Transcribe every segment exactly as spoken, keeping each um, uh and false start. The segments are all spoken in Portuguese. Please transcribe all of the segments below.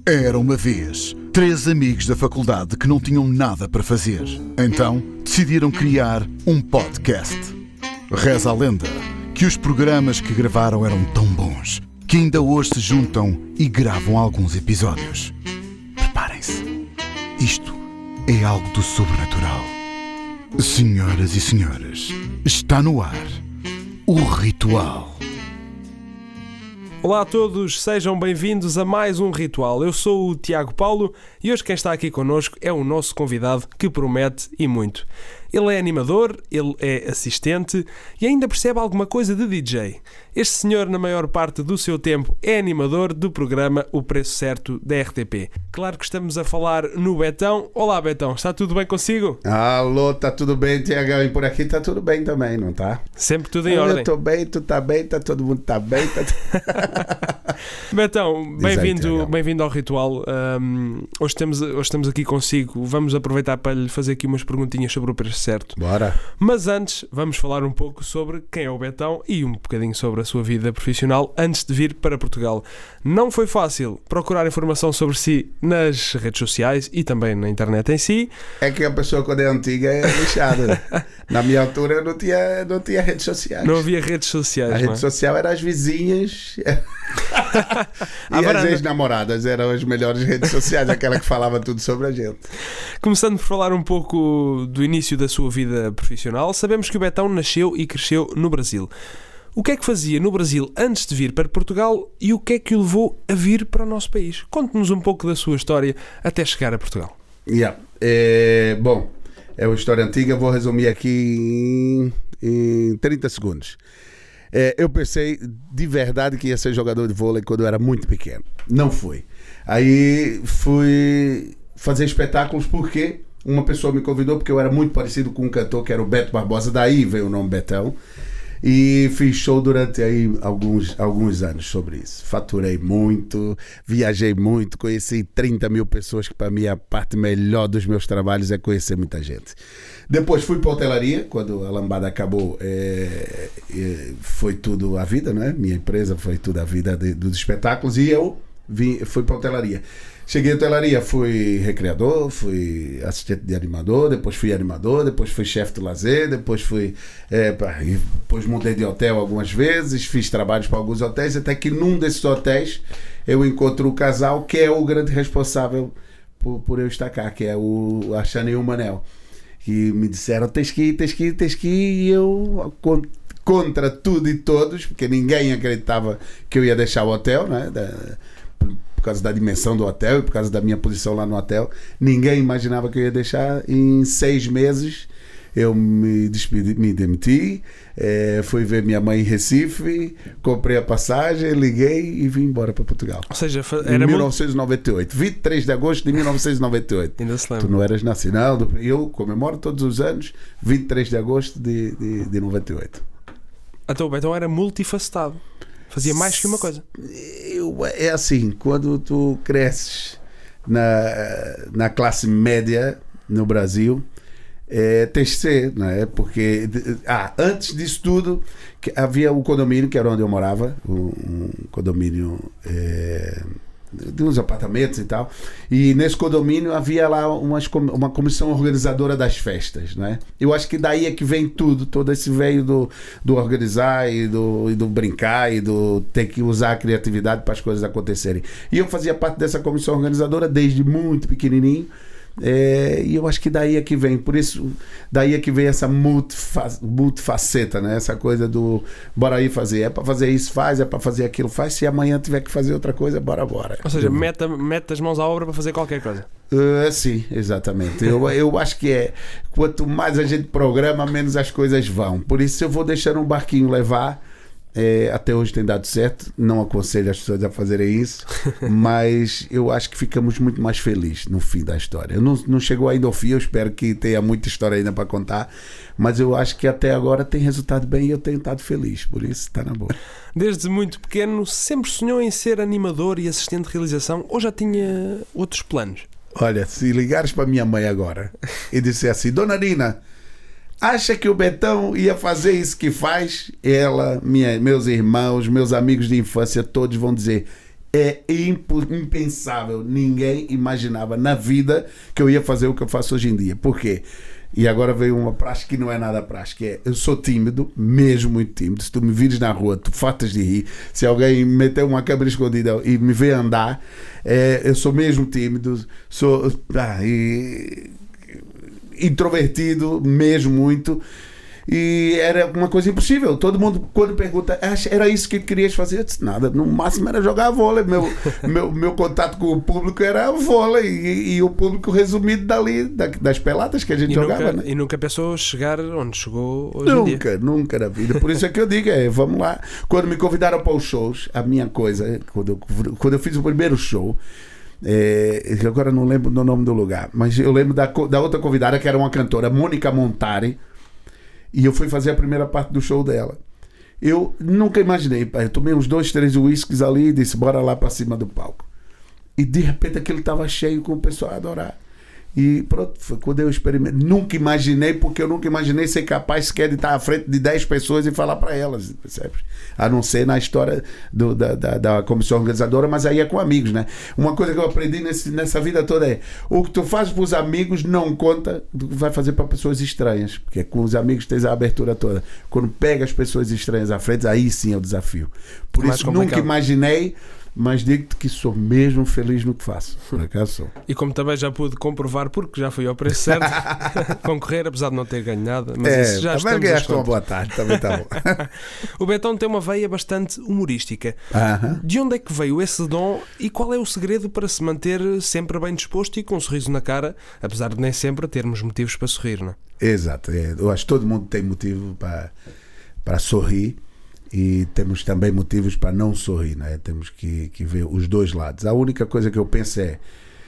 Era uma vez três amigos da faculdade que não tinham nada para fazer. Então decidiram criar um podcast. Reza a lenda que os programas que gravaram eram tão bons que ainda hoje se juntam e gravam alguns episódios. Preparem-se. Isto é algo do sobrenatural. Senhoras e senhores, está no ar o Ritual. Olá a todos, sejam bem-vindos a mais um Ritual. Eu sou o Tiago Paulo e hoje quem está aqui connosco é o nosso convidado que promete e muito. Ele é animador, ele é assistente e ainda percebe alguma coisa de D J. Este senhor, na maior parte do seu tempo, é animador do programa O Preço Certo da R T P. Claro que estamos a falar no Betão. Olá Betão, está tudo bem consigo? Alô, tá tudo bem, Tiagão? E por aqui tá tudo bem também, não tá? Sempre tudo em Eu ordem. Eu tô bem, tu tá bem, tá todo mundo tá bem. Tá... Betão, bem-vindo, aí, bem-vindo ao Ritual. Um, hoje, temos, hoje estamos aqui consigo. Vamos aproveitar para lhe fazer aqui umas perguntinhas sobre o preço certo. Bora. Mas antes, vamos falar um pouco sobre quem é o Betão e um bocadinho sobre a sua vida profissional antes de vir para Portugal. Não foi fácil procurar informação sobre si nas redes sociais e também na internet em si. É que a pessoa quando é antiga é lixada. Na minha altura eu não tinha, não tinha redes sociais. Não havia redes sociais. A não rede é? social era as vizinhas e A as varanda. ex-namoradas eram as melhores redes sociais, aquela que falava tudo sobre a gente. Começando por falar um pouco do início da sua vida profissional, sabemos que o Betão nasceu e cresceu no Brasil. O que é que fazia no Brasil antes de vir para Portugal e o que é que o levou a vir para o nosso país? Conte-nos um pouco da sua história até chegar a Portugal. Yeah. É, bom, é uma história antiga, vou resumir aqui em, em trinta segundos. É, eu pensei de verdade que ia ser jogador de vôlei quando eu era muito pequeno. Não fui. Aí fui fazer espetáculos porque uma pessoa me convidou, porque eu era muito parecido com um cantor que era o Beto Barbosa, daí veio o nome Betão. E fiz show durante aí alguns, alguns anos sobre isso. Faturei muito, viajei muito, conheci trinta mil pessoas, que para mim a parte melhor dos meus trabalhos é conhecer muita gente. Depois fui para a hotelaria, quando a lambada acabou, é, é, foi tudo a vida, né? Minha empresa foi tudo a vida de, dos espetáculos e eu vim, fui para a hotelaria. Cheguei à hotelaria, fui recreador, fui assistente de animador, depois fui animador, depois fui chefe do lazer, depois fui é, depois mudei de hotel algumas vezes, fiz trabalhos para alguns hotéis, até que num desses hotéis eu encontro o casal que é o grande responsável por, por eu estar cá, que é o a Xana e o Manel. E me disseram, tens que ir, tens que ir, tens que ir, e eu contra tudo e todos, porque ninguém acreditava que eu ia deixar o hotel, né? Da, por causa da dimensão do hotel e por causa da minha posição lá no hotel, ninguém imaginava que eu ia deixar. Em seis meses eu me despedi, me demiti, é, fui ver minha mãe em Recife, comprei a passagem, liguei e vim embora para Portugal. Ou seja, era em mil novecentos e noventa e oito, vinte e três de agosto de mil novecentos e noventa e oito. Ainda se lembra. Tu não eras nascido, não, eu comemoro todos os anos vinte e três de agosto de, de, de noventa e oito. Então o Betão era multifacetado. Fazia mais que uma coisa. Eu, é assim, quando tu cresces na, na classe média no Brasil, é, tens de ser, não é? Porque ah, antes disso tudo, havia um condomínio, que era onde eu morava, um, um condomínio é, de uns apartamentos e tal, e nesse condomínio havia lá umas, uma comissão organizadora das festas, né? Eu acho que daí é que vem tudo, todo esse veio do, do organizar e do, e do brincar e do ter que usar a criatividade para as coisas acontecerem. E eu fazia parte dessa comissão organizadora desde muito pequenininho. É, e eu acho que daí é que vem, por isso daí é que vem essa multifa- multifaceta, né? Essa coisa do bora aí fazer, é para fazer isso, faz, é para fazer aquilo, faz, se amanhã tiver que fazer outra coisa, bora, bora. Ou seja, mete, mete as mãos à obra para fazer qualquer coisa. Uh, sim, exatamente. Eu, eu acho que é, quanto mais a gente programa, menos as coisas vão. Por isso eu vou deixando um barquinho levar. É, até hoje tem dado certo, não aconselho as pessoas a fazerem isso, mas eu acho que ficamos muito mais felizes no fim da história. Eu não, não chegou ainda ao fim, eu espero que tenha muita história ainda para contar, mas eu acho que até agora tem resultado bem e eu tenho estado feliz, por isso está na boa. Desde muito pequeno sempre sonhou em ser animador e assistente de realização ou já tinha outros planos? Olha, se ligares para minha mãe agora e disser assim, Dona Nina, acha que o Betão ia fazer isso que faz? Ela, minha, meus irmãos, meus amigos de infância, todos vão dizer, é impo- impensável. Ninguém imaginava na vida que eu ia fazer o que eu faço hoje em dia. Por quê? E agora veio uma praxe que não é nada praxe, que é, eu sou tímido, mesmo muito tímido. Se tu me vires na rua, tu fartas de rir. Se alguém meter uma câmera escondida e me vê andar, é, eu sou mesmo tímido, sou ah, e, introvertido, mesmo muito. E era uma coisa impossível. Todo mundo, quando pergunta, era isso que querias fazer? Eu disse, nada, no máximo era jogar vôlei. Meu, meu, meu contato com o público era vôlei. E, e o público resumido dali, da, das peladas que a gente e jogava. Nunca, né? E nunca pensou chegar onde chegou hoje Nunca, em dia? nunca na vida. Por isso é que eu digo, é, vamos lá. Quando me convidaram para os shows, a minha coisa, quando eu, quando eu fiz o primeiro show, é, agora não lembro do nome do lugar, mas eu lembro da, da outra convidada, que era uma cantora, Mônica Montari. E eu fui fazer a primeira parte do show dela. Eu nunca imaginei, pai. Eu tomei uns dois, três uísques ali e disse, bora lá para cima do palco. E de repente aquilo estava cheio com o pessoal a adorar. E pronto, foi quando eu experimentei. Nunca imaginei, porque eu nunca imaginei ser capaz sequer de estar à frente de dez pessoas e falar para elas, percebe? A não ser na história do, da, da, da comissão organizadora, mas aí é com amigos, né? Uma coisa que eu aprendi nesse, nessa vida toda é, o que tu faz para os amigos não conta do que vai fazer para pessoas estranhas, porque com os amigos tens a abertura toda. Quando pega as pessoas estranhas à frente, aí sim é o desafio. Por Mais isso complicado. nunca imaginei, mas digo-te que sou mesmo feliz no que faço. Por acaso sou. E como também já pude comprovar, porque já fui ao preço certo, concorrer, apesar de não ter ganho nada, mas É, isso já também estamos ganhaste às uma contas. boa tarde, também está bom. O Betão tem uma veia bastante humorística. Aham. De onde é que veio esse dom e qual é o segredo para se manter sempre bem disposto e com um sorriso na cara, apesar de nem sempre termos motivos para sorrir, não é? Exato, é, eu acho que todo mundo tem motivo para, para sorrir e temos também motivos para não sorrir, né? Temos que, que ver os dois lados. A única coisa que eu penso é,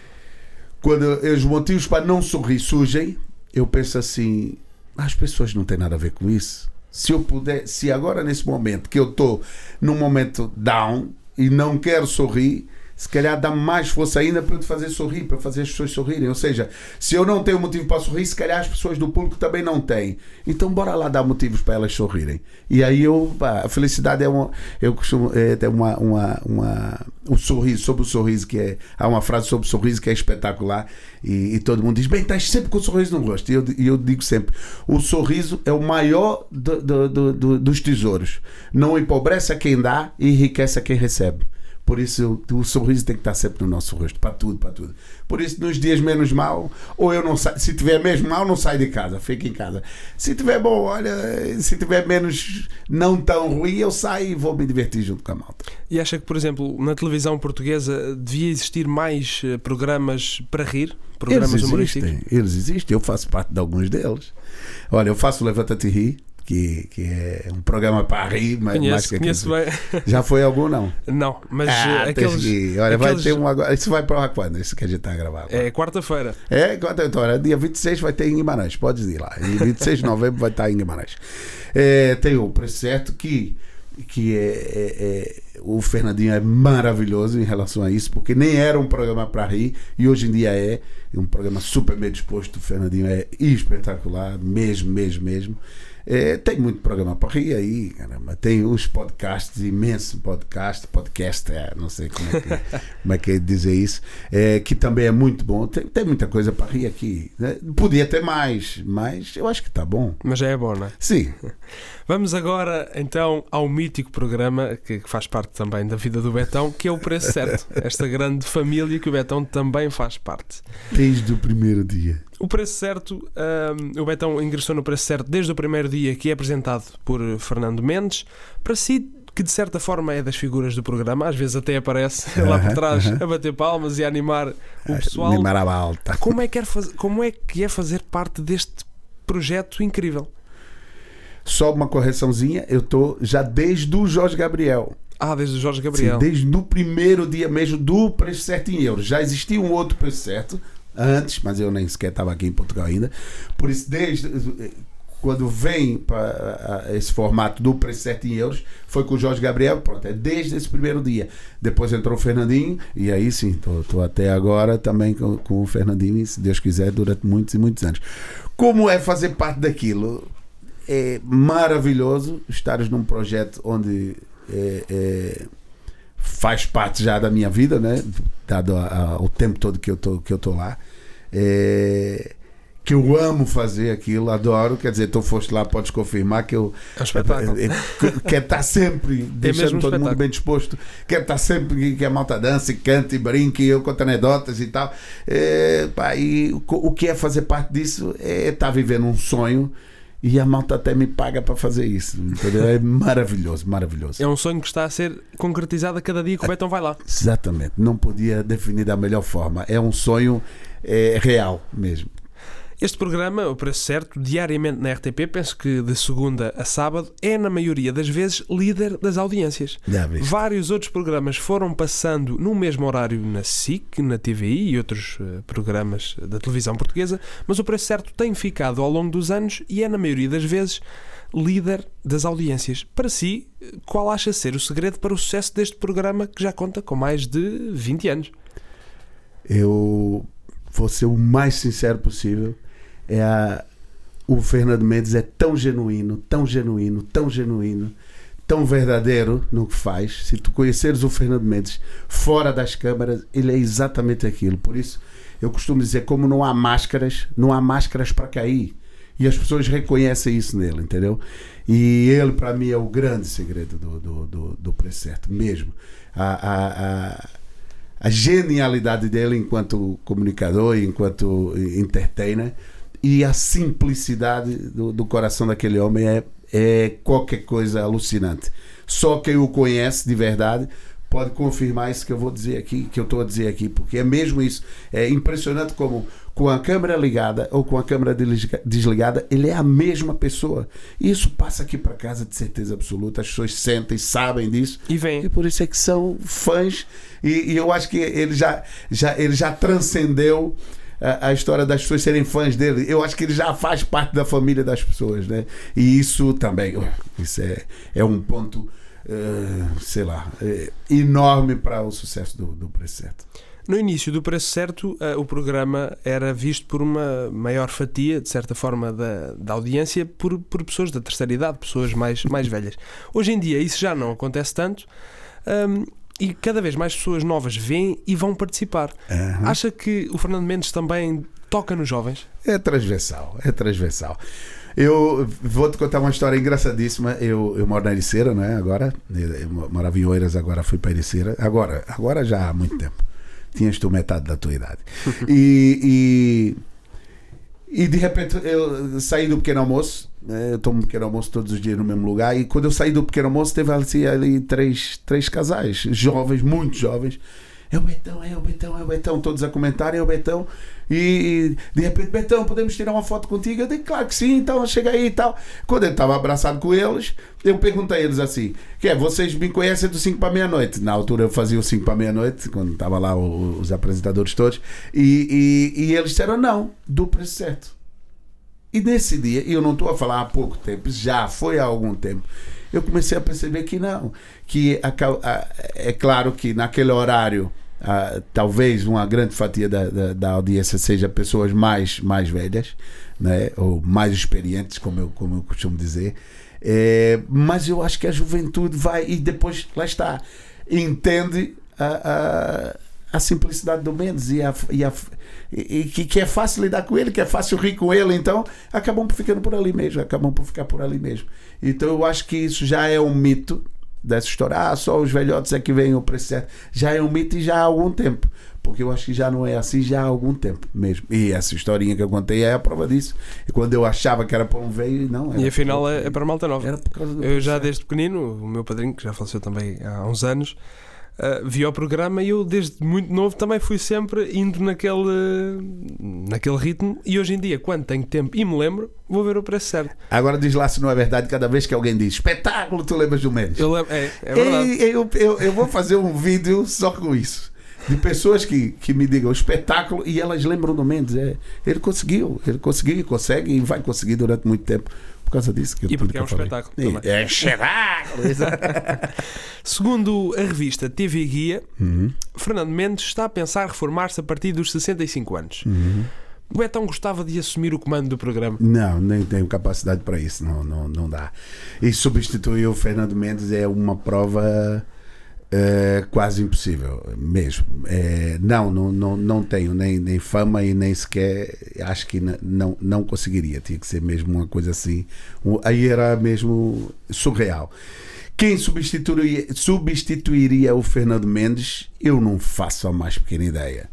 quando os motivos para não sorrir surgem, eu penso assim, as pessoas não têm nada a ver com isso. Se eu puder, se agora nesse momento que eu estou num momento down e não quero sorrir, se calhar dá mais força ainda para eu te fazer sorrir, para fazer as pessoas sorrirem. Ou seja, se eu não tenho motivo para sorrir, se calhar as pessoas do público também não têm. Então bora lá dar motivos para elas sorrirem. E aí eu, pá, a felicidade é uma, eu costumo é, ter uma, uma, uma um sorriso, sobre o sorriso, que é, há uma frase sobre o sorriso que é espetacular e, e todo mundo diz, bem, estás sempre com o sorriso no rosto. E eu, e eu digo sempre, o sorriso é o maior do, do, do, do, dos tesouros. Não empobrece a quem dá e enriquece a quem recebe. Por isso o sorriso tem que estar sempre no nosso rosto, para tudo, para tudo. Por isso nos dias menos mal, ou eu não saio, se tiver mesmo mal, não saio de casa, fico em casa. Se tiver bom, olha, se tiver menos não tão ruim, eu saio e vou me divertir junto com a malta. E acha que, por exemplo, na televisão portuguesa devia existir mais eh, programas para rir? Programas Eles humorísticos? existem, eles existem, eu faço parte de alguns deles. Olha, eu faço o Levanta-te e Ri, que, que é um programa para rir, mas Conheço, mais que conheço aquilo. bem. Já foi algum, não? Não, mas Ah, eh, aqueles... tens que ir. Olha, vai aqueles- ter um agora. Isso vai para quando? Isso que a gente está a gravar. agora. É quarta-feira. É, quando então, olha, dia vinte e seis vai ter em Guimarães, podes ir lá. Dia vinte e seis de novembro vai estar em Guimarães. É, tem o Preço Certo, que, que é, é, é, o Fernandinho é maravilhoso em relação a isso, porque nem era um programa para rir e hoje em dia é um programa super bem disposto. O Fernandinho é espetacular, mesmo, mesmo, mesmo. É, tem muito programa para rir aí, caramba. Tem os podcasts, imenso podcast, podcast, é, não sei como é que, como é, que é dizer isso, é, que também é muito bom. Tem, tem muita coisa para rir aqui, né? Podia ter mais, mas eu acho que está bom. Mas já é bom, não é? Sim. Vamos agora então ao mítico programa que faz parte também da vida do Betão, que é o Preço Certo. Esta grande família que o Betão também faz parte. Desde o primeiro dia. O Preço Certo, um, o Betão ingressou no Preço Certo desde o primeiro dia, que é apresentado por Fernando Mendes. Para si, que de certa forma é das figuras do programa, às vezes até aparece lá por trás a bater palmas e a animar o pessoal. Animar a malta. Como é que é, faz... Como é que é fazer parte deste projeto incrível? Só uma correçãozinha, eu estou já desde o Jorge Gabriel. Ah, desde o Jorge Gabriel. Sim, desde o primeiro dia mesmo do Preço Certo em euros. Já existia um outro Preço Certo antes, mas eu nem sequer estava aqui em Portugal ainda. Por isso, desde quando vem para esse formato do Preço Certo em euros, foi com o Jorge Gabriel, pronto, é desde esse primeiro dia. Depois entrou o Fernandinho, e aí sim, estou até agora também com, com o Fernandinho, e se Deus quiser, durante muitos e muitos anos. Como é fazer parte daquilo? É maravilhoso estares num projeto onde é, é, faz parte já da minha vida, né? Dado a, a, o tempo todo que eu tô, que eu tô lá. É, que eu amo fazer aquilo, adoro. Quer dizer, tu foste lá, podes confirmar que eu é um espetáculo. Eu, eu, quero estar sempre deixando todo mundo bem disposto, quero estar sempre que a malta dança e cante e brinque, e eu conto anedotas e tal. É, pá, e o, o que é fazer parte disso é estar vivendo um sonho. E a malta até me paga para fazer isso, entendeu? É maravilhoso, maravilhoso. É um sonho que está a ser concretizado a cada dia que o Betão vai lá. Exatamente, não podia definir da melhor forma. É um sonho é, real mesmo. Este programa, O Preço Certo, diariamente na R T P, penso que de segunda a sábado, é na maioria das vezes líder das audiências. Vários outros programas foram passando no mesmo horário na S I C, na T V I e outros uh, programas da televisão portuguesa, mas O Preço Certo tem ficado ao longo dos anos e é na maioria das vezes líder das audiências. Para si, qual acha ser o segredo para o sucesso deste programa que já conta com mais de vinte anos? Eu vou ser o mais sincero possível. É a, o Fernando Mendes é tão genuíno, tão genuíno, tão genuíno, tão verdadeiro no que faz. Se tu conheceres o Fernando Mendes fora das câmaras, ele é exatamente aquilo. Por isso, eu costumo dizer, como não há máscaras, não há máscaras para cair. E as pessoas reconhecem isso nele, entendeu? E ele, para mim, é o grande segredo do, do, do, do Preço Certo, mesmo. A... a, a a genialidade dele enquanto comunicador, enquanto entertainer, e a simplicidade do, do coração daquele homem é, é qualquer coisa alucinante. Só quem o conhece de verdade pode confirmar isso que eu vou dizer aqui, que eu estou a dizer aqui, porque é mesmo isso. É impressionante como com a câmera ligada ou com a câmera desligada, ele é a mesma pessoa. E isso passa aqui para casa de certeza absoluta. As pessoas sentem, sabem disso. E vem. E por isso é que são fãs. E, e eu acho que ele já, já, ele já transcendeu a, a história das pessoas serem fãs dele. Eu acho que ele já faz parte da família das pessoas, né? E isso também, isso é, é um ponto, uh, sei lá, é enorme para o sucesso do, do Preço Certo. No início do Preço Certo, uh, o programa era visto por uma maior fatia, de certa forma, da, da audiência, por, por pessoas da terceira idade, pessoas mais, mais velhas. Hoje em dia isso já não acontece tanto, um, e cada vez mais pessoas novas vêm e vão participar. Uhum. Acha que o Fernando Mendes também toca nos jovens? É transversal, é transversal. Eu vou te contar uma história engraçadíssima. Eu, eu moro na Ericeira, né? Agora, eu morava em Oeiras, agora fui para Ericeira. Agora, agora já há muito tempo. Tinhas tu metade da tua idade. E, e, e de repente eu saí do pequeno almoço, né? Eu tomo pequeno almoço todos os dias no mesmo lugar. E quando eu saí do pequeno almoço, teve assim, ali três, três casais, jovens, muito jovens. É o Betão, é o Betão, é o Betão. Todos a comentarem, é o Betão. E de repente, Betão, podemos tirar uma foto contigo? Eu digo, claro que sim, então chega aí e tal. Quando eu estava abraçado com eles, eu perguntei a eles assim, que é, vocês me conhecem do cinco para meia-noite? Na altura eu fazia o cinco para meia-noite, quando estava lá o, os apresentadores todos, e, e, e eles disseram não, do Preço Certo. E nesse dia, e eu não estou a falar há pouco tempo, já foi há algum tempo, eu comecei a perceber que não, que a, a, é claro que naquele horário, Uh, talvez uma grande fatia da, da, da audiência seja pessoas mais, mais velhas, né? Ou mais experientes, como eu, como eu costumo dizer, é, mas eu acho que a juventude vai e depois, lá está, entende a, a, a simplicidade do Mendes e, a, e, a, e que, que é fácil lidar com ele, que é fácil rir com ele, então acabam por ficando por ali mesmo, acabam por ficar por ali mesmo. Então eu acho que isso já é um mito dessa história, ah, só os velhotes é que veem o Preço Certo. Já é um mito e já há algum tempo, porque eu acho que já não é assim já há algum tempo mesmo. E essa historinha que eu contei é a prova disso. E quando eu achava que era para um velho, não era. E afinal é, é para malta nova. Era por causa do eu já desde pequenino, o meu padrinho, que já faleceu também há uns anos, Uh, vi o programa e eu desde muito novo também fui sempre indo naquele, naquele ritmo, e hoje em dia, quando tenho tempo e me lembro, vou ver o Preço Certo. Agora diz lá se não é verdade, cada vez que alguém diz espetáculo, tu lembras do Mendes? Eu lembro, é, é verdade. E, eu, eu, eu vou fazer um vídeo só com isso, de pessoas que, que me digam espetáculo e elas lembram do Mendes. É, ele conseguiu, ele conseguiu e consegue e vai conseguir durante muito tempo. Por causa disso que eu E porque é um espetáculo e, também. É espetáculo. Segundo a revista T V Guia, uhum. Fernando Mendes está a pensar reformar-se a partir dos sessenta e cinco anos. Uhum. O Betão gostava de assumir o comando do programa? Não, nem tenho capacidade para isso. Não, não, não dá. E substituir o Fernando Mendes é uma prova É quase impossível, mesmo. É, não, não, não, não tenho nem, nem fama e nem sequer acho que n- não, não conseguiria. Tinha que ser mesmo uma coisa assim. Um- aí era mesmo surreal. Quem substituiria, substituiria o Fernando Mendes, eu não faço a mais pequena ideia.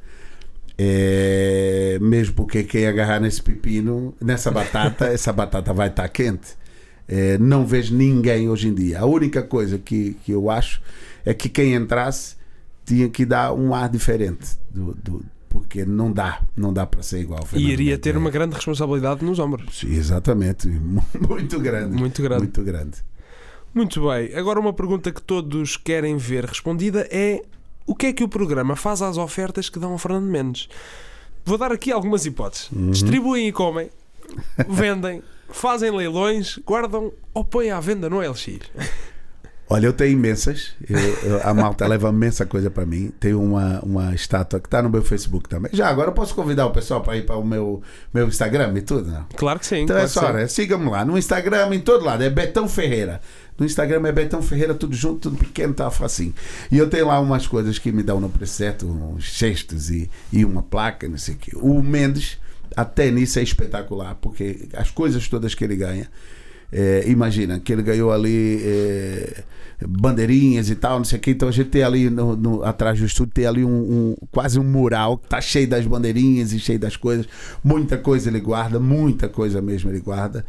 É, mesmo porque quem agarrar nesse pepino, nessa batata, essa batata vai estar quente. É, não vejo ninguém hoje em dia. A única coisa que, que eu acho é que quem entrasse tinha que dar um ar diferente, do, do, porque não dá, não dá para ser igual ao Fernando E iria Mendes. ter uma grande responsabilidade nos ombros. Sim, exatamente, muito grande. Muito grande. Muito grande. Muito bem. Agora uma pergunta que todos querem ver respondida é: o que é que o programa faz às ofertas que dão ao Fernando Mendes? Vou dar aqui algumas hipóteses. Uhum. Distribuem e comem, vendem, fazem leilões, guardam ou põem à venda no L X. Olha, eu tenho imensas. Eu, eu, a malta leva imensa coisa para mim. Tem uma, uma estátua que está no meu Facebook também. Já agora eu posso convidar o pessoal para ir para o meu, meu Instagram e tudo, não? Claro que sim. Então claro é só, que sim. né? Siga-me lá. No Instagram, em todo lado. É Betão Ferreira. No Instagram é Betão Ferreira, tudo junto, tudo pequeno, tá facinho. E eu tenho lá umas coisas que me dão no preço certo, uns cestos e, e uma placa, não sei o quê. O Mendes, até nisso é espetacular, porque as coisas todas que ele ganha, é, imagina, que ele ganhou ali é, bandeirinhas e tal, não sei o que. Então a gente tem ali no, no, atrás do estúdio, tem ali um, um, quase um mural que tá cheio das bandeirinhas e cheio das coisas. Muita coisa ele guarda, muita coisa mesmo ele guarda.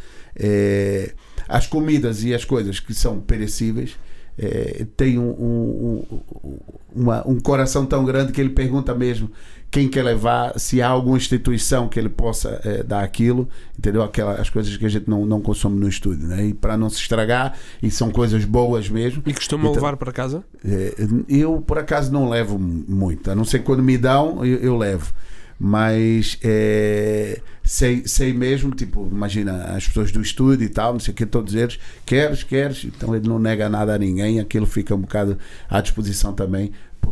É, as comidas e as coisas que são perecíveis, é, tem um, um, um, uma, um coração tão grande que ele pergunta mesmo quem quer levar, se há alguma instituição que ele possa é, dar aquilo, entendeu? Aquelas, as coisas que a gente não, não consome no estúdio, né? E para não se estragar, e são coisas boas mesmo. E costumam Então, levar para casa? é, eu por acaso não levo muito, a não ser quando me dão, eu, eu levo. Mas é, sei, sei mesmo, tipo, imagina as pessoas do estúdio e tal, não sei o que, todos eles, queres, queres, então ele não nega nada a ninguém, aquilo fica um bocado à disposição também,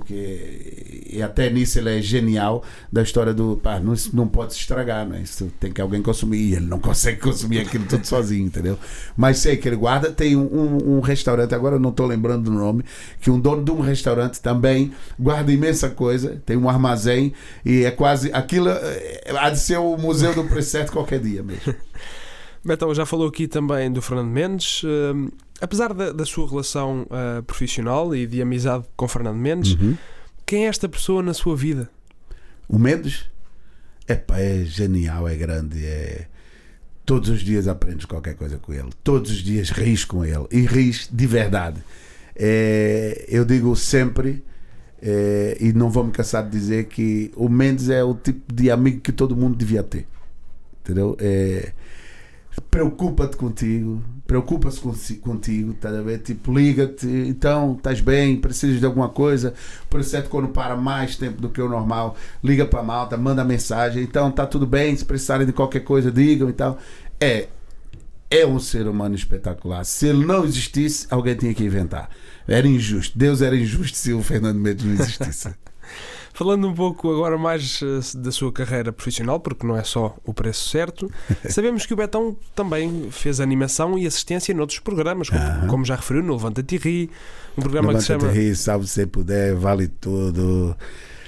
porque e até nisso ele é genial, da história do pá, não, não pode se estragar, né? Isso tem que alguém consumir, e ele não consegue consumir aquilo tudo sozinho, entendeu? Mas sei que ele guarda. Tem um, um, um restaurante, agora eu não estou lembrando do nome, que um dono de um restaurante também guarda imensa coisa, tem um armazém, e é quase aquilo, há de ser o museu do precerto qualquer dia mesmo. Betão já falou aqui também do Fernando Mendes. Uh, apesar da, da sua relação uh, profissional e de amizade com Fernando Mendes, Uhum. quem é esta pessoa na sua vida? O Mendes epá, é genial, é grande, é... todos os dias aprendes qualquer coisa com ele, todos os dias ris com ele, e ris de verdade. É, eu digo sempre, é, e não vou me cansar de dizer, que o Mendes é o tipo de amigo que todo mundo devia ter, entendeu? É, preocupa-te contigo, preocupa-se contigo, estás a ver? Tipo, liga-te, então, estás bem, precisas de alguma coisa, por exceto quando para mais tempo do que o normal, liga para a malta, manda mensagem, então, está tudo bem, se precisarem de qualquer coisa, digam e tal. É, é um ser humano espetacular. Se ele não existisse, alguém tinha que inventar. Era injusto, Deus era injusto se o Fernando Mendes não existisse. Falando um pouco agora mais uh, da sua carreira profissional, porque não é só o preço certo, sabemos que o Betão também fez animação e assistência noutros programas, como, Aham. como já referiu, no Levanta-te e Ri, um programa que se Levanta-te chama... e ri, salve se puder, vale tudo.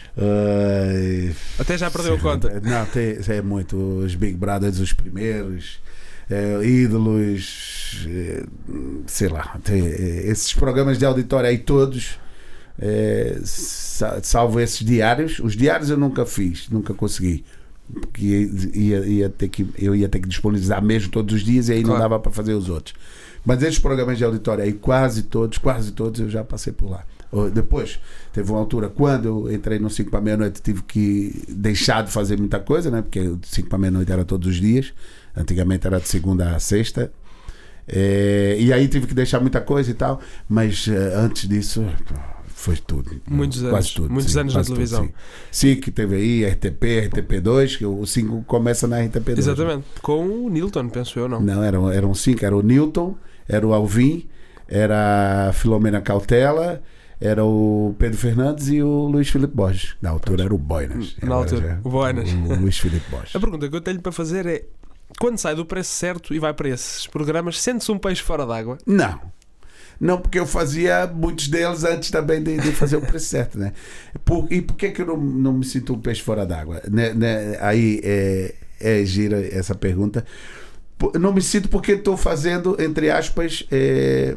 Ai, Até já perdeu a conta. Não, tem, é muito. Os Big Brothers, os primeiros, é, ídolos, é, sei lá, tem, é, esses programas de auditório aí todos. É, salvo esses diários. Os diários eu nunca fiz, nunca consegui, porque ia, ia ter que, eu ia ter que disponibilizar mesmo todos os dias, e aí Claro. não dava para fazer os outros. Mas esses programas de auditório aí, quase todos, quase todos eu já passei por lá. Depois teve uma altura, quando eu entrei no cinco para meia-noite, tive que deixar de fazer muita coisa, né? Porque o cinco para meia-noite era todos os dias, antigamente era de segunda a sexta. É, e aí tive que deixar muita coisa e tal, mas uh, antes disso foi tudo. Muitos quase anos, tudo, muitos sim, anos na quase tudo, televisão. sim. Sim, que teve aí R T P, R T P dois, que o cinco começa na R T P dois. Exatamente, com o Nilton, penso eu, não? Não, eram, eram cinco, era o Nilton, era o Alvin, era a Filomena Cautela, era o Pedro Fernandes e o Luís Filipe Borges. Na altura era o Boinas. Na altura, já, o Boinas. O, o Luís Filipe Borges. A pergunta que eu tenho para fazer é: quando sai do preço certo e vai para esses programas, sente-se um peixe fora d'água? Não. Não, porque eu fazia muitos deles antes também de, de fazer o preço certo, né? Por, e por que que eu não, não me sinto um peixe fora d'água? Né, né, aí é, é gira essa pergunta. Não me sinto porque estou fazendo, entre aspas, é,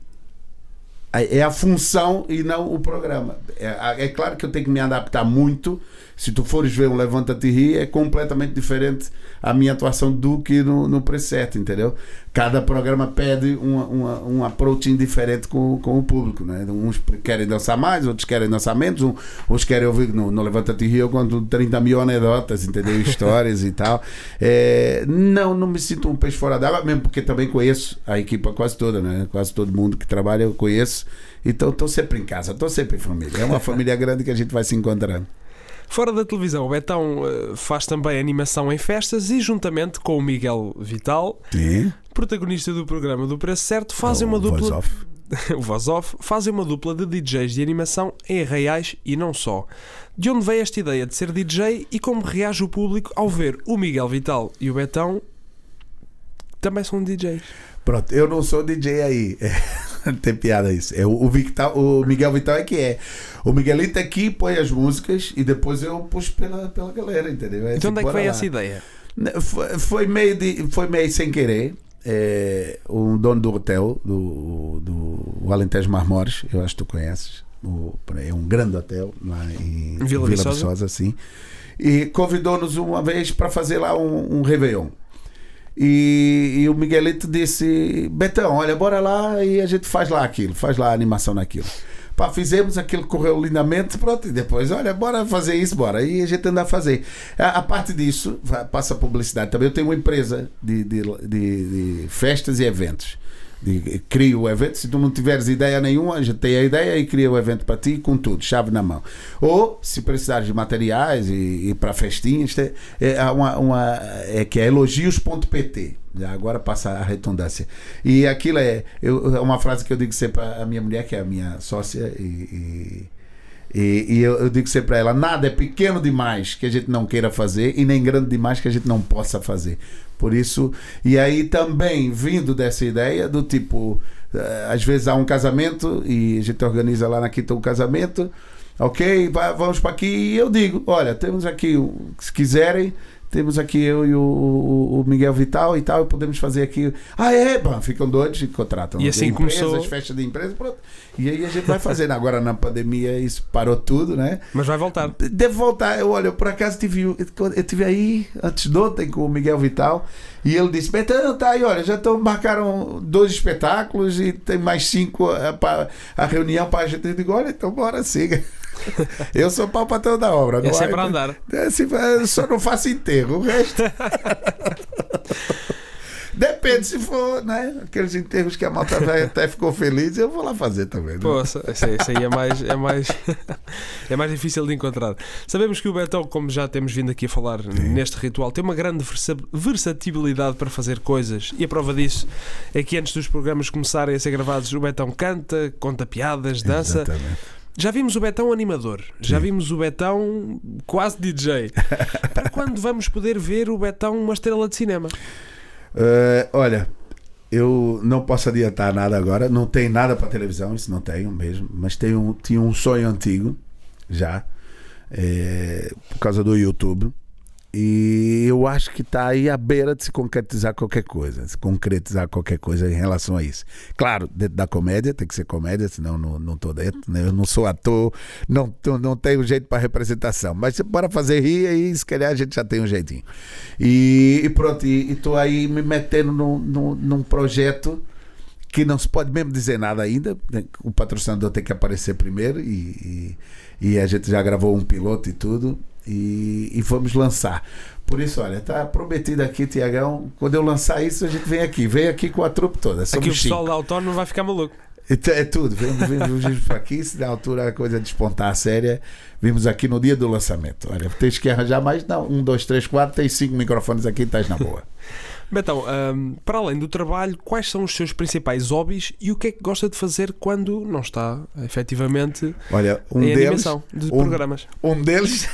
é a função e não o programa. É, é claro que eu tenho que me adaptar muito. Se tu fores ver um Levanta-te e Ri, é completamente diferente a minha atuação do que no, no preset, entendeu? Cada programa pede uma, uma, um approach diferente com, com o público, né? Uns querem dançar mais, outros querem dançar menos, um, uns querem ouvir. No, no Levanta-te e Ri eu conto trinta mil anedotas, entendeu? Histórias e tal. É, não, não me sinto um peixe fora d'água, mesmo porque também conheço a equipa quase toda, né? Quase todo mundo que trabalha eu conheço. Então estou sempre em casa, estou sempre em família. É uma família grande que a gente vai se encontrando. Fora da televisão, o Betão uh, faz também animação em festas e, juntamente com o Miguel Vital, Sim. protagonista do programa do Preço Certo, fazem uma dupla. Voz off. o Voz Off, fazem uma dupla de D Js de animação em Arraiais e não só. De onde veio esta ideia de ser D J e como reage o público ao ver o Miguel Vital e o Betão também são D Js? Pronto, eu não sou D J aí. Tem piada isso. É, o, Victal, o Miguel Vital é que é. O Miguelito aqui põe as músicas e depois eu puxo pela, pela galera, entendeu? É, então onde é que veio lá. essa ideia? Foi, foi, meio de, foi meio sem querer. É, o dono do hotel, do, do Alentejo Marmores, eu acho que tu conheces. O, é um grande hotel lá em Vila, Vila Viçosa, Viçosa, assim. E convidou-nos uma vez para fazer lá um, um Réveillon. E, e o Miguelito disse: Betão, olha, bora lá e a gente faz lá aquilo, faz lá a animação naquilo. Pá, fizemos aquilo, correu lindamente, pronto, e depois, olha, bora fazer isso, bora. E a gente anda a fazer. A, a parte disso, passa a publicidade também. Eu tenho uma empresa de, de, de, de festas e eventos. De, crio o evento, se tu não tiveres ideia nenhuma, a gente tem a ideia e cria o evento para ti com tudo, chave na mão. Ou se precisares de materiais e, e para festinhas, é, é, uma, uma, é que é elogios ponto pt. Agora passa a redundância. E aquilo é, eu, é uma frase que eu digo sempre à minha mulher, que é a minha sócia, e, e, e, e eu, eu digo sempre para ela: nada é pequeno demais que a gente não queira fazer e nem grande demais que a gente não possa fazer. Por isso, e aí também vindo dessa ideia do tipo, às vezes há um casamento e a gente organiza lá na Quinta um casamento, ok, vai, vamos para aqui, e eu digo: olha, temos aqui, se quiserem, temos aqui eu e o, o, o Miguel Vital e tal, e podemos fazer aqui. Ah, é? Bom, ficam doidos e contratam. E assim empresas, começou... festas de empresa, pronto. E aí a gente vai fazendo. Agora na pandemia isso parou tudo, né? Mas vai voltar. Deve voltar. Eu, olha, eu por acaso tive, eu tive aí antes de ontem com o Miguel Vital e ele disse: Betão, tá aí, olha, já estão, marcaram dois espetáculos e tem mais cinco a, a, a reunião para a gente. Eu digo: olha, então bora, siga. Eu sou pau patrão da obra. É sempre a andar. É, assim, só não faço enterro. O resto. Depende, se for, né? Aqueles enterros que a malta até ficou feliz, eu vou lá fazer também. Né? Poxa, isso aí é mais, é, mais, é mais difícil de encontrar. Sabemos que o Betão, como já temos vindo aqui a falar Sim. neste ritual, tem uma grande versatilidade para fazer coisas, e a prova disso é que antes dos programas começarem a ser gravados, o Betão canta, conta piadas, dança. Exatamente. Já vimos o Betão animador, Sim. já vimos o Betão quase D J. Para quando vamos poder ver o Betão uma estrela de cinema? Uh, olha, eu não posso adiantar nada agora. Não tenho nada para televisão, isso não tenho mesmo. Mas tenho, tinha um sonho antigo já, é, por causa do YouTube. E eu acho que está aí à beira de se concretizar qualquer coisa, se concretizar qualquer coisa em relação a isso. Claro, dentro da comédia, tem que ser comédia, senão não, não estou dentro, né? Eu não sou ator, não, tô, não tenho jeito para representação, mas bora fazer rir aí, se calhar a gente já tem um jeitinho. E, e pronto, e estou aí me metendo num, num, num projeto que não se pode mesmo dizer nada ainda, né? O patrocinador tem que aparecer primeiro e, e, e a gente já gravou um piloto e tudo. E, e vamos lançar. Por isso, olha, tá prometido aqui, Tiagão. Quando eu lançar isso, a gente vem aqui. Vem aqui com a trupe toda. Somos aqui o pessoal cinco. Da Autónomo vai ficar maluco. É tudo. Vemos, vemos, vemos aqui. Se na altura a coisa despontar a séria, vimos aqui no dia do lançamento. Olha, tens que arranjar mais. Não, um, dois, três, quatro. Tem cinco microfones aqui, estás na boa. Betão, um, para além do trabalho, quais são os seus principais hobbies e o que é que gosta de fazer quando não está efetivamente Olha, um em deles, animação de um, programas? Um deles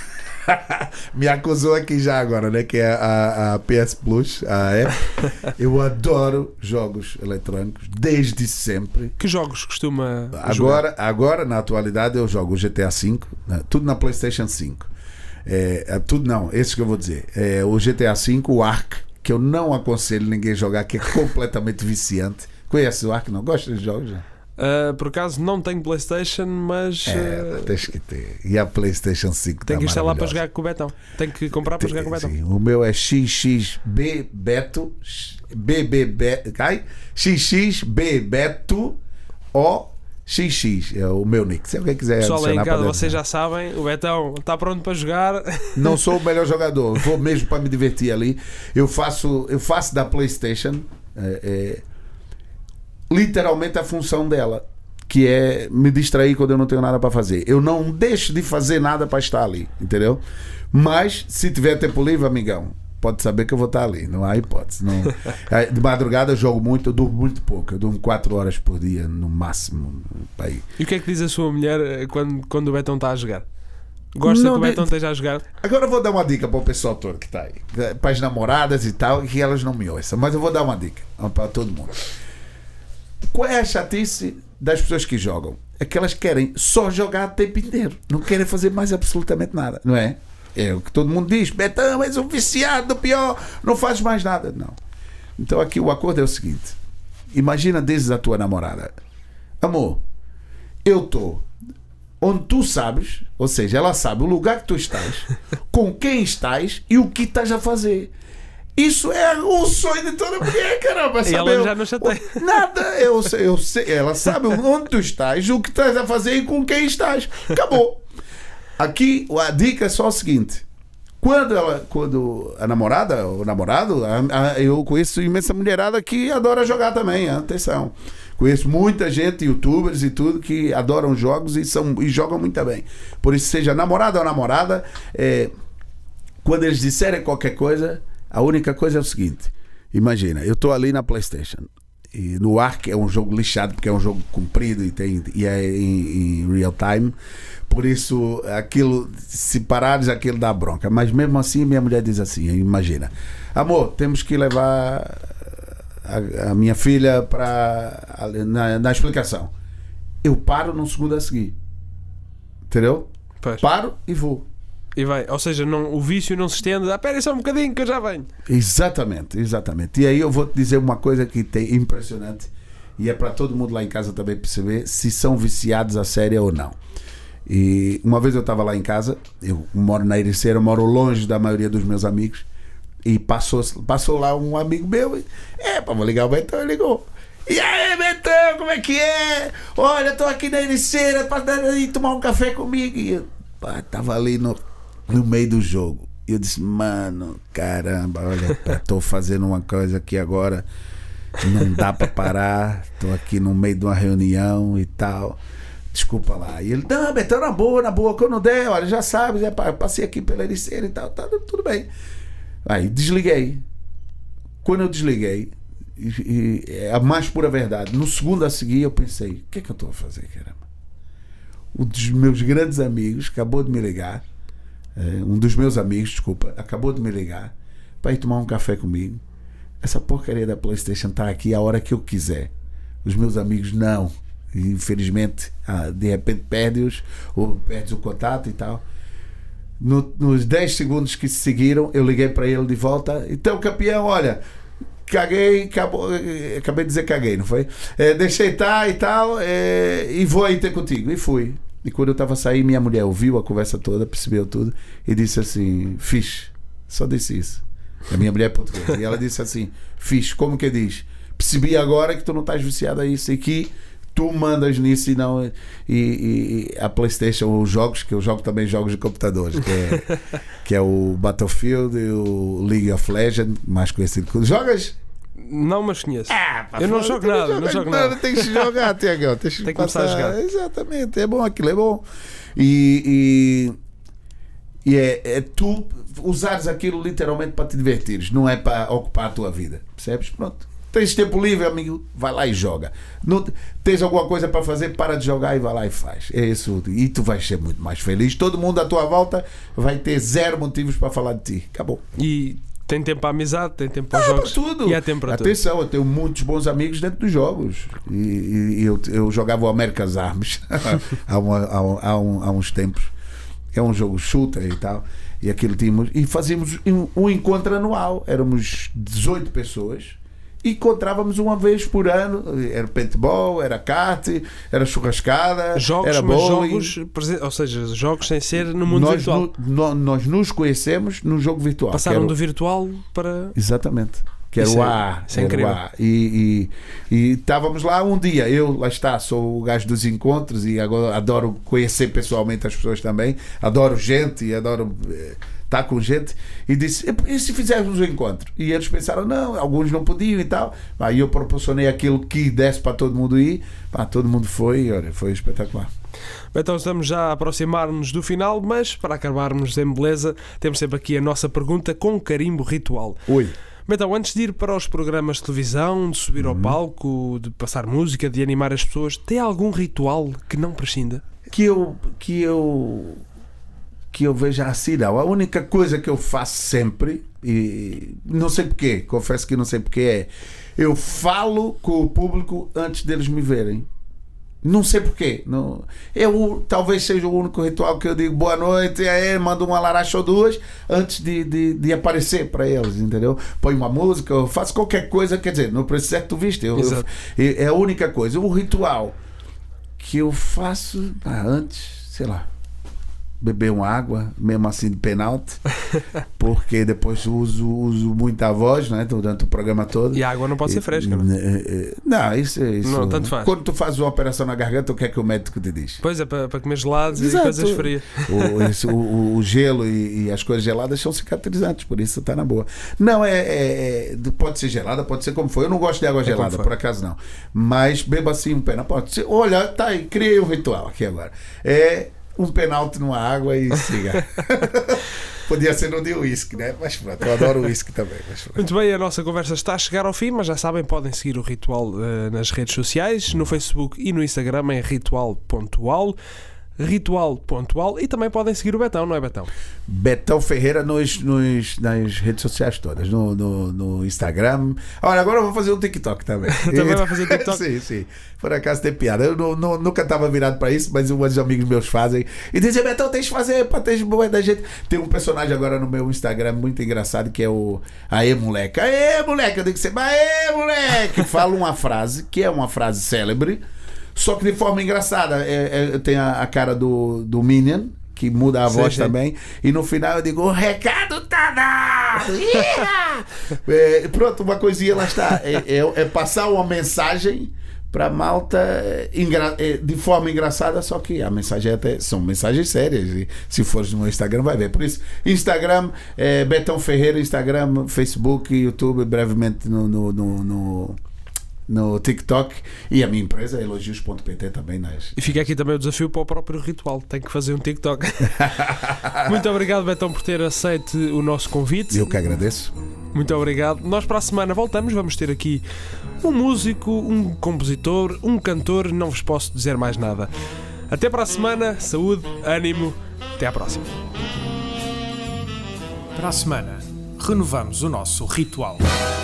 Me acusou aqui já agora, né? Que é a, a P S Plus, a app. Eu adoro jogos eletrónicos, desde sempre. Que jogos costuma Agora, jogar? agora na atualidade, eu jogo o G T A cinco, né? Tudo na PlayStation cinco. É, é, tudo não, esses que eu vou dizer. É, o G T A cinco, o Ark, que eu não aconselho ninguém jogar, que é completamente viciante. Conhece o Ark? Não gosta de jogos? Né? Uh, por acaso não tenho PlayStation, mas É, uh, tens que ter. E a PlayStation cinco tenho tá que instalar para maravilhosa. jogar com o Betão. Tenho que comprar para jogar com o Betão. Sim, o meu é X X B Beto B B B cai X X B Beto O X X é o meu nick. Se alguém quiser Pessoal aí em adicionar casa, para vocês já sabem, o Betão está pronto para jogar. Não sou o melhor jogador, vou mesmo para me divertir ali. Eu faço, eu faço da PlayStation é, é, literalmente a função dela, que é me distrair quando eu não tenho nada para fazer. Eu não deixo de fazer nada para estar ali, entendeu? Mas se tiver tempo livre, amigão, pode saber que eu vou estar ali, não há hipótese. Não... De madrugada eu jogo muito, eu durmo muito pouco, eu durmo quatro horas por dia no máximo. Aí. E o que é que diz a sua mulher quando, quando o Betão está a jogar? Gosta Não, que o Betão de- esteja a jogar? Agora eu vou dar uma dica para o pessoal todo que está aí, para as namoradas e tal, que elas não me ouçam, mas eu vou dar uma dica para todo mundo. Qual é a chatice das pessoas que jogam? É que elas querem só jogar o tempo inteiro, não querem fazer mais absolutamente nada, não é? É o que todo mundo diz: Betão, és um viciado, pior, não fazes mais nada. Não. Então aqui o acordo é o seguinte: imagina, dizes à tua namorada: amor, eu estou onde tu sabes, ou seja, ela sabe o lugar que tu estás, com quem estás e o que estás a fazer. Isso é o sonho de toda mulher, caramba. E Sabe? ela Eu- já não chateia. Nada, eu, sei- eu sei, ela sabe onde tu estás, o que estás a fazer e com quem estás. Acabou. Aqui a dica é só o seguinte: quando ela, quando a namorada ou o namorado, a- a- eu conheço imensa mulherada que adora jogar também, atenção. Conheço muita gente, youtubers e tudo, que adoram jogos e, são, e jogam muito bem. Por isso, seja namorada ou namorada, é, quando eles disserem qualquer coisa, a única coisa é o seguinte: imagina, eu estou ali na PlayStation e no Ark é um jogo lixado porque é um jogo comprido e, tem, e é em, em real time. Por isso, aquilo, se parares, aquilo dá bronca. Mas mesmo assim, minha mulher diz assim: imagina, amor, temos que levar a, a minha filha para na, na explicação. Eu paro num segundo a seguir, entendeu? Pois. Paro e vou. E vai. Ou seja, não, o vício não se estende. Ah, espera aí só um bocadinho que eu já venho. Exatamente, exatamente. E aí eu vou te dizer uma coisa que tem impressionante, e é para todo mundo lá em casa também perceber se são viciados a sério ou não. E uma vez eu estava lá em casa, eu moro na Ericeira, moro longe da maioria dos meus amigos, e passou, passou lá um amigo meu e, é, pá, vou ligar o Betão, ele ligou. E aí, Betão, como é que é? Olha, estou aqui na Ericeira para ir tomar um café comigo. E eu, pá, tava ali no, no meio do jogo. E eu disse: mano, caramba, olha, estou fazendo uma coisa aqui agora, não dá para parar, estou aqui no meio de uma reunião e tal. Desculpa lá. E ele: não, Betão, na boa, na boa, quando der, olha, já sabe, já passei aqui pela Ericeira e tal, tá tudo bem. Aí desliguei. Quando eu desliguei, e, e, é a mais pura verdade, no segundo a seguir eu pensei: o que é que eu estou a fazer, caramba? Um dos meus grandes amigos acabou de me ligar, é, um dos meus amigos, desculpa, acabou de me ligar para ir tomar um café comigo. Essa porcaria da PlayStation está aqui a hora que eu quiser. Os meus amigos não. Infelizmente, ah, de repente perde-os ou perde o contato e tal. No, nos dez segundos que se seguiram, eu liguei para ele de volta: então, campeão, olha, caguei, acabou, acabei de dizer caguei, não foi? É, deixei estar e tal, é, e vou aí ter contigo. E fui. E quando eu estava a sair, minha mulher ouviu a conversa toda, percebeu tudo e disse assim: fixe. Só disse isso. A minha mulher é portuguesa. E ela disse assim: fixe, como que diz? Percebi agora que tu não estás viciado a isso e que tu mandas nisso e não. E, e, e a PlayStation, os jogos, que eu jogo também jogos de computadores, que é, que é o Battlefield e o League of Legends, mais conhecido como. Jogas? Não, mas conheço. Ah, pá, Eu não foda-se, jogo tu não nada, não jogas jogo nada. nada. Tens que jogar, Tiagão. Tens que Tem que começar a passar- jogar. Exatamente, é bom aquilo, é bom. E, e, e é, é tu usares aquilo literalmente para te divertires, não é para ocupar a tua vida. Percebes? Pronto. Tens tempo livre, amigo, vai lá e joga. Não, tens alguma coisa para fazer, para de jogar e vai lá e faz. É isso. E tu vais ser muito mais feliz. Todo mundo à tua volta vai ter zero motivos para falar de ti. Acabou. E tem tempo para a amizade, tem tempo para os Ah, jogos. para tudo. E há tempo para Atenção, tudo. eu tenho muitos bons amigos dentro dos jogos. E, e eu, eu jogava o America's Arms há, uma, há, um, há, um, há uns tempos. É um jogo shooter e tal. E aquilo tínhamos. E fazíamos um, um encontro anual. Éramos dezoito pessoas. E encontrávamos uma vez por ano. Era paintball, era kart, era churrascada, Jogos, era mas bowling. jogos, presen- ou seja, jogos sem ser no mundo nós, virtual. no- no- nós nos conhecemos no jogo virtual. Passaram que era o- do virtual para. Exatamente. Que era Isso o é- A. isso é era o incrível. A. E, e, e estávamos lá um dia. Eu, lá está, sou o gajo dos encontros e agora adoro conhecer pessoalmente as pessoas também. Adoro gente e adoro eh, estar com gente. E disse: e se fizermos um encontro? E eles pensaram: não, alguns não podiam e tal. Aí eu proporcionei aquilo que desse para todo mundo ir. Pá, todo mundo foi e olha, foi espetacular. Então estamos já a aproximar-nos do final, mas para acabarmos em beleza, temos sempre aqui a nossa pergunta com carimbo ritual. Oi. Então, antes de ir para os programas de televisão, de subir ao palco, de passar música, de animar as pessoas, tem algum ritual que não prescinda? Que eu, que eu que eu veja assim, não. A única coisa que eu faço sempre, e não sei porquê, confesso que não sei porquê, é eu falo com o público antes deles me verem. Não sei porquê. Não, eu, talvez seja o único ritual que eu digo boa noite, e aí mando uma laracha ou duas antes de, de, de aparecer para eles, entendeu? Põe uma música, eu faço qualquer coisa, quer dizer, não precisa que tu viste. Eu, eu, é a única coisa. O ritual que eu faço ah, antes, sei lá, beber uma água, mesmo assim de penalti, porque depois uso, uso muita voz, né, durante o programa todo. E a água não pode ser fresca, não é? Não, isso é isso. Não, tanto faz. Quando tu fazes uma operação na garganta, o que é que o médico te diz? Pois é, para, para comer gelados Exato. e coisas frias. O, esse, o, o gelo e, e as coisas geladas são cicatrizantes, por isso está na boa. Não, é, é, é. Pode ser gelada, pode ser como for. Eu não gosto de água É gelada, por acaso não. Mas beba assim um pena. Pode ser. Olha, tá aí, criei um ritual aqui agora. É um penalti numa água e siga. Podia ser no de uísque, né? Mas pronto, eu adoro uísque também. Mas pronto. Muito bem, a nossa conversa está a chegar ao fim, mas já sabem, podem seguir o Ritual uh, nas redes sociais, no Facebook e no Instagram em ritual ponto al, ritual ponto al, e também podem seguir o Betão, não é, Betão? Betão Ferreira nos, nos, nas redes sociais todas, no, no, no Instagram. Olha, agora eu vou fazer um TikTok também. Também vai fazer TikTok? Sim, sim. Por acaso tem piada. Eu não, não, nunca estava virado para isso, mas uns amigos meus fazem. E dizem: Betão, tens de fazer para ter boa da gente. Tem um personagem agora no meu Instagram muito engraçado que é o Aê, moleque. Aê, moleque. Eu digo sempre: Aê, moleque. Falo uma frase que é uma frase célebre, só que de forma engraçada. É, é, tem a, a cara do, do Minion, que muda a Sim, voz sim. também. E no final eu digo: o recado tá dado! é, pronto, uma coisinha lá está. É, é, é passar uma mensagem pra malta engra- de forma engraçada, só que a mensagem é até, são mensagens sérias. E se fores no Instagram vai ver. Por isso, Instagram, é, Betão Ferreira, Instagram, Facebook, YouTube, brevemente no, no, no, no no TikTok, e a minha empresa elogios ponto pt também nas... E fica aqui também o desafio para o próprio Ritual, tem que fazer um TikTok. Muito obrigado, Betão, por ter aceito o nosso convite. Eu que agradeço. Muito obrigado. Nós para a semana voltamos, vamos ter aqui um músico, um compositor, um cantor, não vos posso dizer mais nada. Até para a semana, saúde, ânimo, até à próxima. Para a semana, renovamos o nosso ritual.